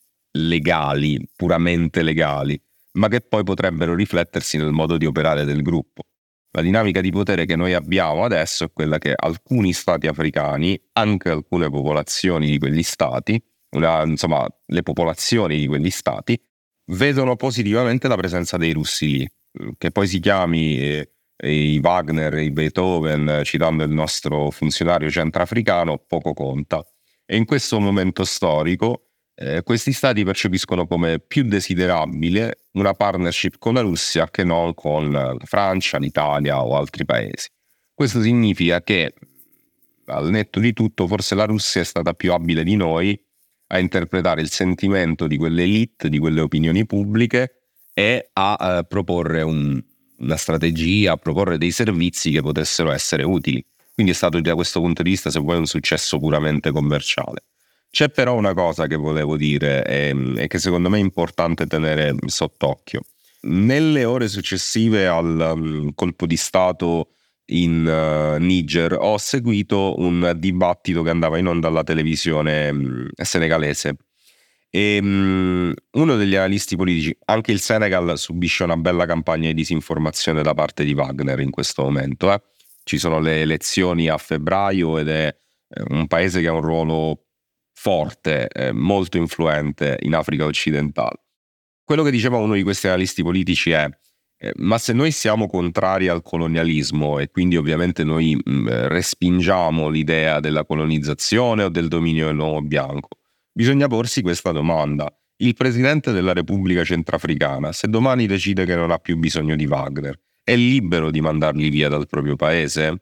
S1: legali, puramente legali, ma che poi potrebbero riflettersi nel modo di operare del gruppo. La dinamica di potere che noi abbiamo adesso è quella che alcuni stati africani, anche alcune popolazioni di quegli stati, una, insomma le popolazioni di quegli stati, vedono positivamente la presenza dei russi lì, che poi si chiami eh, i Wagner, i Beethoven, citando il nostro funzionario centrafricano, poco conta. E in questo momento storico eh, questi stati percepiscono come più desiderabile una partnership con la Russia che non con la Francia, l'Italia o altri paesi. Questo significa che, al netto di tutto, forse la Russia è stata più abile di noi a interpretare il sentimento di quelle elite, di quelle opinioni pubbliche e a eh, proporre un, una strategia, a proporre dei servizi che potessero essere utili. Quindi è stato da questo punto di vista, se vuoi, un successo puramente commerciale. C'è però una cosa che volevo dire e, e che secondo me è importante tenere sott'occhio. Nelle ore successive al um, colpo di Stato in uh, Niger ho seguito un dibattito che andava in onda alla televisione um, senegalese e um, uno degli analisti politici, anche il Senegal subisce una bella campagna di disinformazione da parte di Wagner in questo momento. Eh. Ci sono le elezioni a febbraio ed è eh, un paese che ha un ruolo forte, eh, molto influente in Africa occidentale. Quello che diceva uno di questi analisti politici è eh, ma se noi siamo contrari al colonialismo e quindi ovviamente noi mh, respingiamo l'idea della colonizzazione o del dominio dell'uomo bianco, bisogna porsi questa domanda. Il presidente della Repubblica Centrafricana, se domani decide che non ha più bisogno di Wagner, è libero di mandarli via dal proprio paese?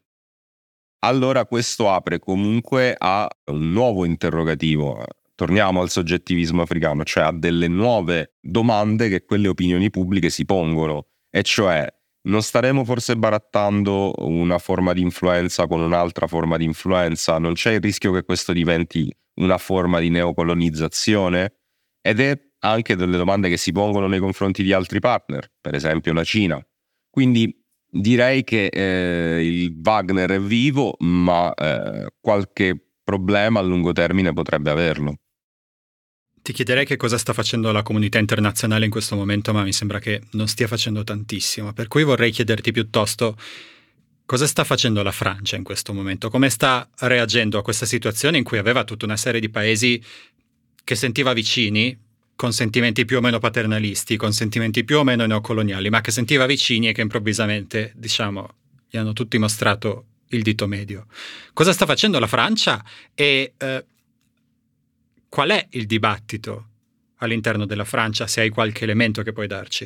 S1: Allora questo apre comunque a un nuovo interrogativo. Torniamo al soggettivismo africano, cioè a delle nuove domande che quelle opinioni pubbliche si pongono, e cioè non staremo forse barattando una forma di influenza con un'altra forma di influenza? Non c'è il rischio che questo diventi una forma di neocolonizzazione? Ed è anche delle domande che si pongono nei confronti di altri partner, per esempio la Cina. Quindi direi che eh, il Wagner è vivo, ma eh, qualche problema a lungo termine potrebbe averlo.
S2: Ti chiederei che cosa sta facendo la comunità internazionale in questo momento, ma mi sembra che non stia facendo tantissimo. Per cui vorrei chiederti piuttosto cosa sta facendo la Francia in questo momento, come sta reagendo a questa situazione in cui aveva tutta una serie di paesi che sentiva vicini, con sentimenti più o meno paternalisti, con sentimenti più o meno neocoloniali, ma che sentiva vicini e che improvvisamente, diciamo, gli hanno tutti mostrato il dito medio. Cosa sta facendo la Francia e eh, qual è il dibattito all'interno della Francia, se hai qualche elemento che puoi darci?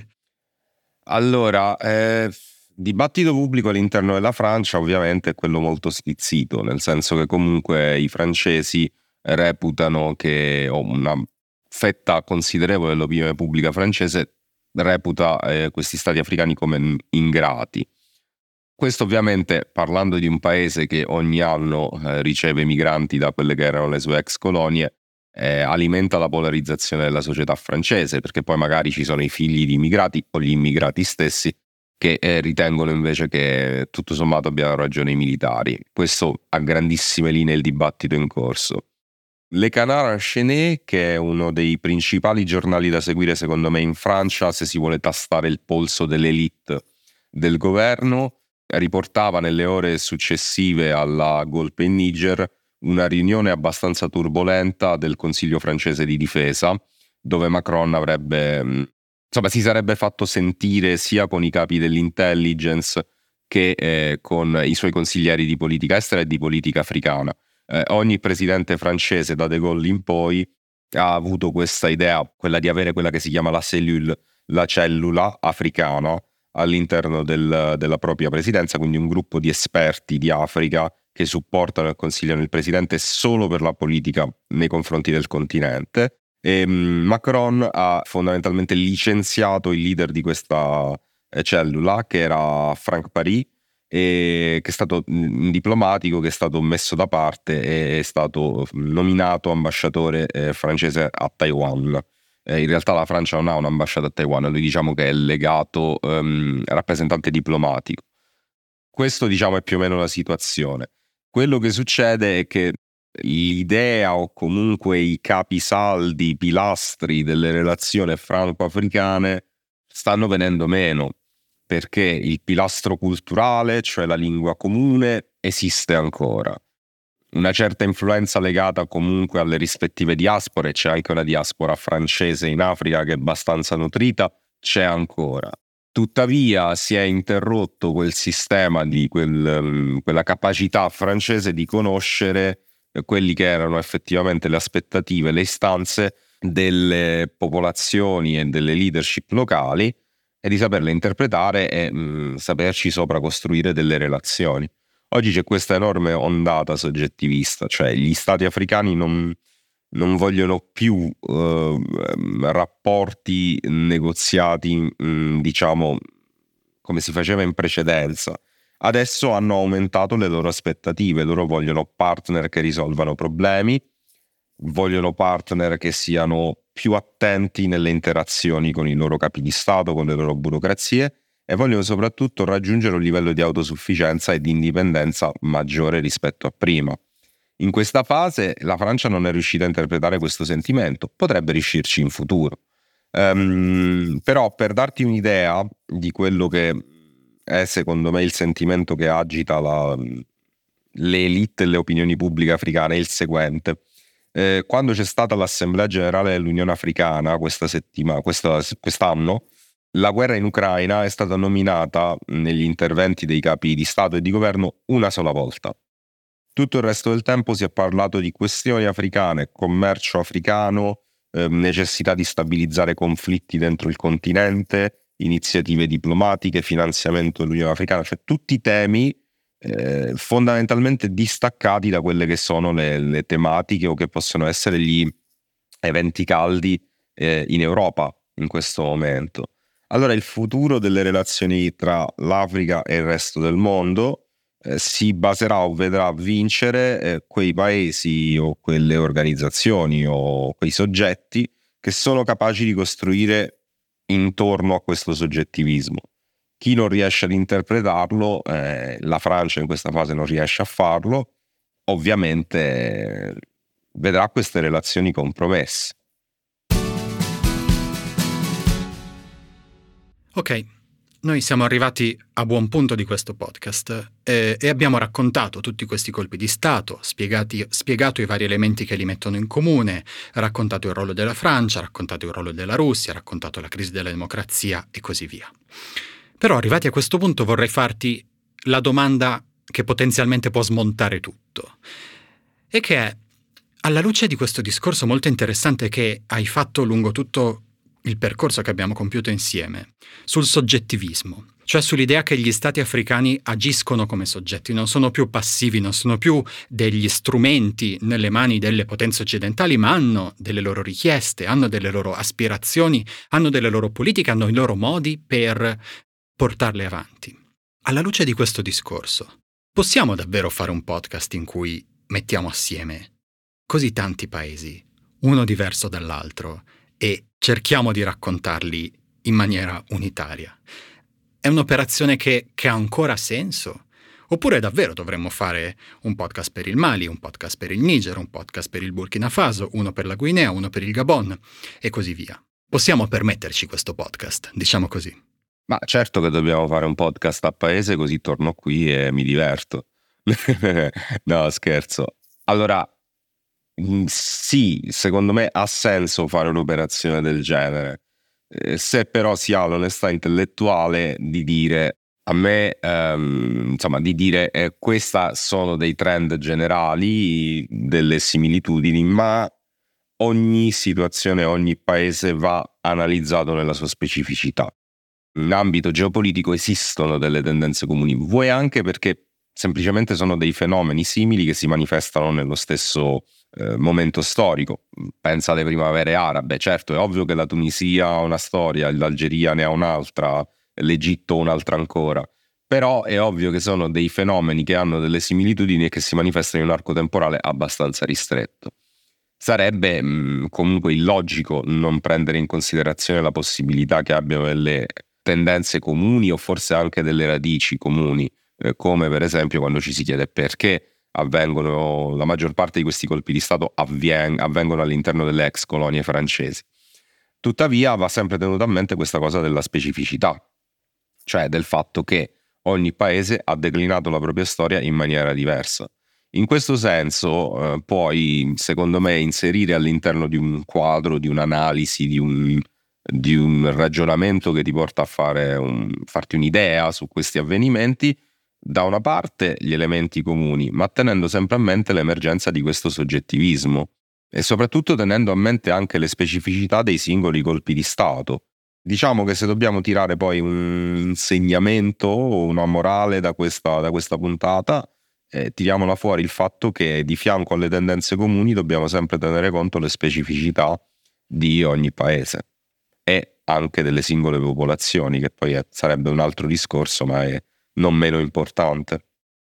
S1: Allora, eh, dibattito pubblico all'interno della Francia ovviamente è quello molto stizzito, nel senso che comunque i francesi reputano che, o una fetta considerevole dell'opinione pubblica francese reputa eh, questi stati africani come ingrati. Questo ovviamente parlando di un paese che ogni anno eh, riceve migranti da quelle che erano le sue ex colonie, eh, alimenta la polarizzazione della società francese, perché poi magari ci sono i figli di immigrati o gli immigrati stessi che eh, ritengono invece che tutto sommato abbiano ragione i militari. Questo a grandissime linee il dibattito in corso. Le Canard Enchaînées, che è uno dei principali giornali da seguire secondo me in Francia se si vuole tastare il polso dell'elite del governo, riportava nelle ore successive alla golpe in Niger una riunione abbastanza turbolenta del Consiglio francese di difesa, dove Macron avrebbe, insomma, si sarebbe fatto sentire sia con i capi dell'intelligence che eh, con i suoi consiglieri di politica estera e di politica africana. Eh, ogni presidente francese da De Gaulle in poi ha avuto questa idea, quella di avere quella che si chiama la cellule, la cellula africana all'interno del, della propria presidenza, quindi un gruppo di esperti di Africa che supportano e consigliano il presidente solo per la politica nei confronti del continente. E um, Macron ha fondamentalmente licenziato il leader di questa eh, cellula, che era Franck Paris, e che è stato un diplomatico che è stato messo da parte e è stato nominato ambasciatore eh, francese a Taiwan. Eh, in realtà la Francia non ha un'ambasciata a Taiwan, noi diciamo che è il legato um, rappresentante diplomatico. Questo diciamo è più o meno la situazione. Quello che succede è che l'idea o comunque i capisaldi, i pilastri delle relazioni franco-africane stanno venendo meno, perché il pilastro culturale, cioè la lingua comune, esiste ancora. Una certa influenza legata comunque alle rispettive diaspore, c'è anche una diaspora francese in Africa che è abbastanza nutrita, c'è ancora. Tuttavia si è interrotto quel sistema di quel, quella capacità francese di conoscere quelli che erano effettivamente le aspettative, le istanze delle popolazioni e delle leadership locali e di saperle interpretare e mh, saperci sopra costruire delle relazioni. Oggi c'è questa enorme ondata soggettivista, cioè gli stati africani non, non vogliono più eh, rapporti negoziati, mh, diciamo, come si faceva in precedenza. Adesso hanno aumentato le loro aspettative, loro vogliono partner che risolvano problemi, vogliono partner che siano più attenti nelle interazioni con i loro capi di Stato, con le loro burocrazie, e vogliono soprattutto raggiungere un livello di autosufficienza e di indipendenza maggiore rispetto a prima. In questa fase la Francia non è riuscita a interpretare questo sentimento, potrebbe riuscirci in futuro. Um, però per darti un'idea di quello che è secondo me il sentimento che agita la, le elite e le opinioni pubbliche africane è il seguente. Eh, quando c'è stata l'Assemblea Generale dell'Unione Africana questa settimana, questa, quest'anno, la guerra in Ucraina è stata nominata negli interventi dei capi di Stato e di governo una sola volta. Tutto il resto del tempo si è parlato di questioni africane, commercio africano, eh, necessità di stabilizzare conflitti dentro il continente, iniziative diplomatiche, finanziamento dell'Unione Africana, cioè tutti temi eh, fondamentalmente distaccati da quelle che sono le, le tematiche o che possono essere gli eventi caldi eh, in Europa in questo momento. Allora il futuro delle relazioni tra l'Africa e il resto del mondo eh, si baserà o vedrà vincere eh, quei paesi o quelle organizzazioni o quei soggetti che sono capaci di costruire intorno a questo soggettivismo. Chi non riesce ad interpretarlo, eh, la Francia in questa fase non riesce a farlo, ovviamente eh, vedrà queste relazioni compromesse.
S2: Ok, noi siamo arrivati a buon punto di questo podcast eh, e abbiamo raccontato tutti questi colpi di Stato, spiegati, spiegato i vari elementi che li mettono in comune, raccontato il ruolo della Francia, raccontato il ruolo della Russia, raccontato la crisi della democrazia e così via. Però arrivati a questo punto vorrei farti la domanda che potenzialmente può smontare tutto, e che è, alla luce di questo discorso molto interessante che hai fatto lungo tutto il percorso che abbiamo compiuto insieme, sul soggettivismo, cioè sull'idea che gli stati africani agiscono come soggetti, non sono più passivi, non sono più degli strumenti nelle mani delle potenze occidentali, ma hanno delle loro richieste, hanno delle loro aspirazioni, hanno delle loro politiche, hanno i loro modi per portarle avanti. Alla luce di questo discorso, possiamo davvero fare un podcast in cui mettiamo assieme così tanti paesi, uno diverso dall'altro, e cerchiamo di raccontarli in maniera unitaria? È un'operazione che, che ha ancora senso? Oppure davvero dovremmo fare un podcast per il Mali, un podcast per il Niger, un podcast per il Burkina Faso, uno per la Guinea, uno per il Gabon e così via? Possiamo permetterci questo podcast, diciamo così.
S1: Ma certo che dobbiamo fare un podcast a paese, così torno qui e mi diverto. No, scherzo. Allora, sì, secondo me ha senso fare un'operazione del genere, eh, se però si ha l'onestà intellettuale di dire a me, ehm, insomma, di dire eh, questi sono dei trend generali, delle similitudini, ma ogni situazione, ogni paese va analizzato nella sua specificità. In ambito geopolitico esistono delle tendenze comuni, vuoi anche perché semplicemente sono dei fenomeni simili che si manifestano nello stesso eh, momento storico. Pensa alle primavere arabe, certo è ovvio che la Tunisia ha una storia, l'Algeria ne ha un'altra, l'Egitto un'altra ancora, però è ovvio che sono dei fenomeni che hanno delle similitudini e che si manifestano in un arco temporale abbastanza ristretto. sarebbe mh, comunque illogico non prendere in considerazione la possibilità che abbiano delle tendenze comuni o forse anche delle radici comuni, eh, come per esempio quando ci si chiede perché avvengono, la maggior parte di questi colpi di Stato avvien- avvengono all'interno delle ex colonie francesi. Tuttavia va sempre tenuta a mente questa cosa della specificità, cioè del fatto che ogni paese ha declinato la propria storia in maniera diversa. In questo senso eh, puoi, secondo me, inserire all'interno di un quadro, di un'analisi, di un, di un ragionamento che ti porta a fare un, farti un'idea su questi avvenimenti, da una parte gli elementi comuni, ma tenendo sempre a mente l'emergenza di questo soggettivismo e soprattutto tenendo a mente anche le specificità dei singoli colpi di Stato. Diciamo che se dobbiamo tirare poi un insegnamento o una morale da questa, da questa puntata, eh, tiriamola fuori il fatto che di fianco alle tendenze comuni dobbiamo sempre tenere conto delle specificità di ogni paese e anche delle singole popolazioni, che poi è, sarebbe un altro discorso, ma è non meno importante.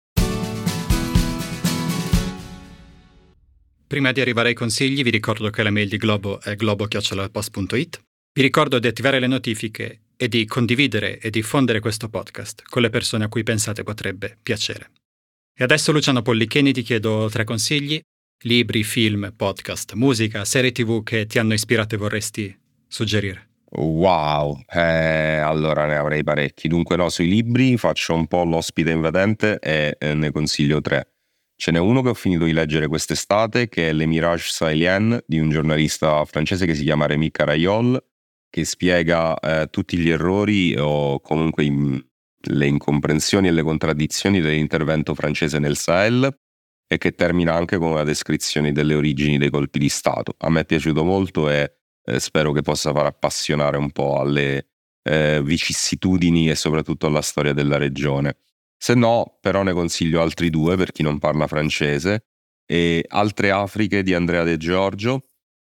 S2: Prima di arrivare ai consigli vi ricordo che la mail di Globo è globo chiocciola post punto it. Vi ricordo di attivare le notifiche e di condividere e diffondere questo podcast con le persone a cui pensate potrebbe piacere. E adesso, Luciano Pollicheni, ti chiedo tre consigli: libri, film, podcast, musica, serie tv che ti hanno ispirato e vorresti suggerire.
S1: Wow, eh, allora ne avrei parecchi. Dunque no, sui libri faccio un po' l'ospite invadente e eh, ne consiglio tre. Ce n'è uno che ho finito di leggere quest'estate, che è Le Mirage Saheliennes, di un giornalista francese che si chiama Rémi Carayol, che spiega eh, tutti gli errori o comunque in, le incomprensioni e le contraddizioni dell'intervento francese nel Sahel, e che termina anche con una descrizione delle origini dei colpi di Stato. A me è piaciuto molto e eh, spero che possa far appassionare un po' alle eh, vicissitudini e soprattutto alla storia della regione. Se no, però ne consiglio altri due per chi non parla francese, e Altre Afriche di Andrea De Giorgio,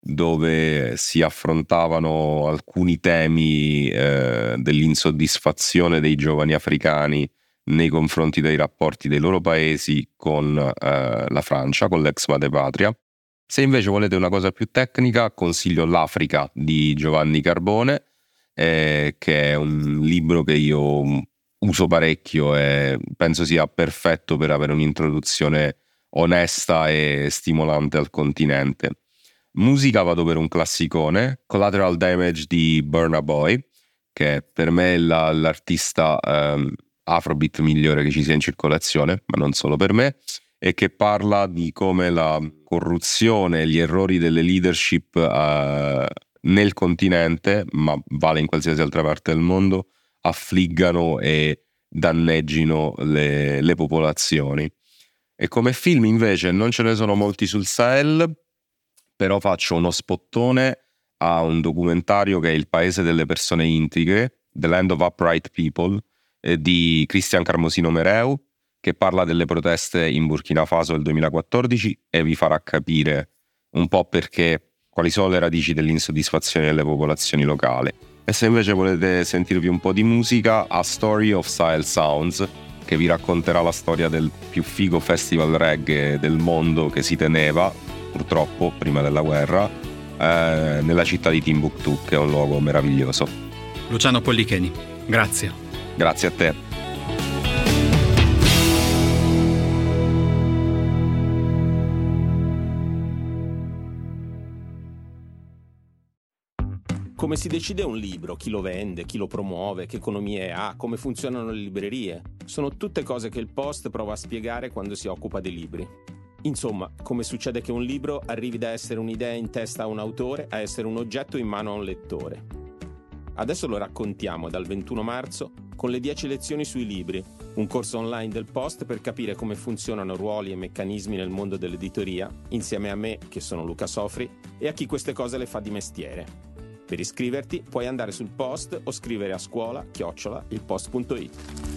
S1: dove si affrontavano alcuni temi eh, dell'insoddisfazione dei giovani africani nei confronti dei rapporti dei loro paesi con eh, la Francia, con l'ex madrepatria. Se invece volete una cosa più tecnica, consiglio L'Africa di Giovanni Carbone, eh, che è un libro che io uso parecchio e penso sia perfetto per avere un'introduzione onesta e stimolante al continente. Musica vado per un classicone, Collateral Damage di Burna Boy, che per me è la, l'artista um, afrobeat migliore che ci sia in circolazione, ma non solo per me, e che parla di come la corruzione e gli errori delle leadership uh, nel continente, ma vale in qualsiasi altra parte del mondo, affliggano e danneggino le, le popolazioni. E come film invece non ce ne sono molti sul Sahel, però faccio uno spottone a un documentario che è Il paese delle persone integre, The Land of Upright People, eh, di Cristian Carmosino Mereu, che parla delle proteste in Burkina Faso del duemilaquattordici e vi farà capire un po' perché, quali sono le radici dell'insoddisfazione delle popolazioni locali. E se invece volete sentirvi un po' di musica, A Story of Sahel Sounds, che vi racconterà la storia del più figo festival reggae del mondo che si teneva, purtroppo, prima della guerra, eh, nella città di Timbuktu, che è un luogo meraviglioso.
S2: Luciano Pollicheni, grazie.
S1: Grazie a te.
S3: Come si decide un libro, chi lo vende, chi lo promuove, che economie ha, come funzionano le librerie? Sono tutte cose che il Post prova a spiegare quando si occupa dei libri. Insomma, come succede che un libro arrivi da essere un'idea in testa a un autore a essere un oggetto in mano a un lettore. Adesso lo raccontiamo dal ventuno marzo con le dieci lezioni sui libri, un corso online del Post per capire come funzionano ruoli e meccanismi nel mondo dell'editoria, insieme a me, che sono Luca Sofri, e a chi queste cose le fa di mestiere. Per iscriverti puoi andare sul Post o scrivere a scuola chiocciola il post punto it.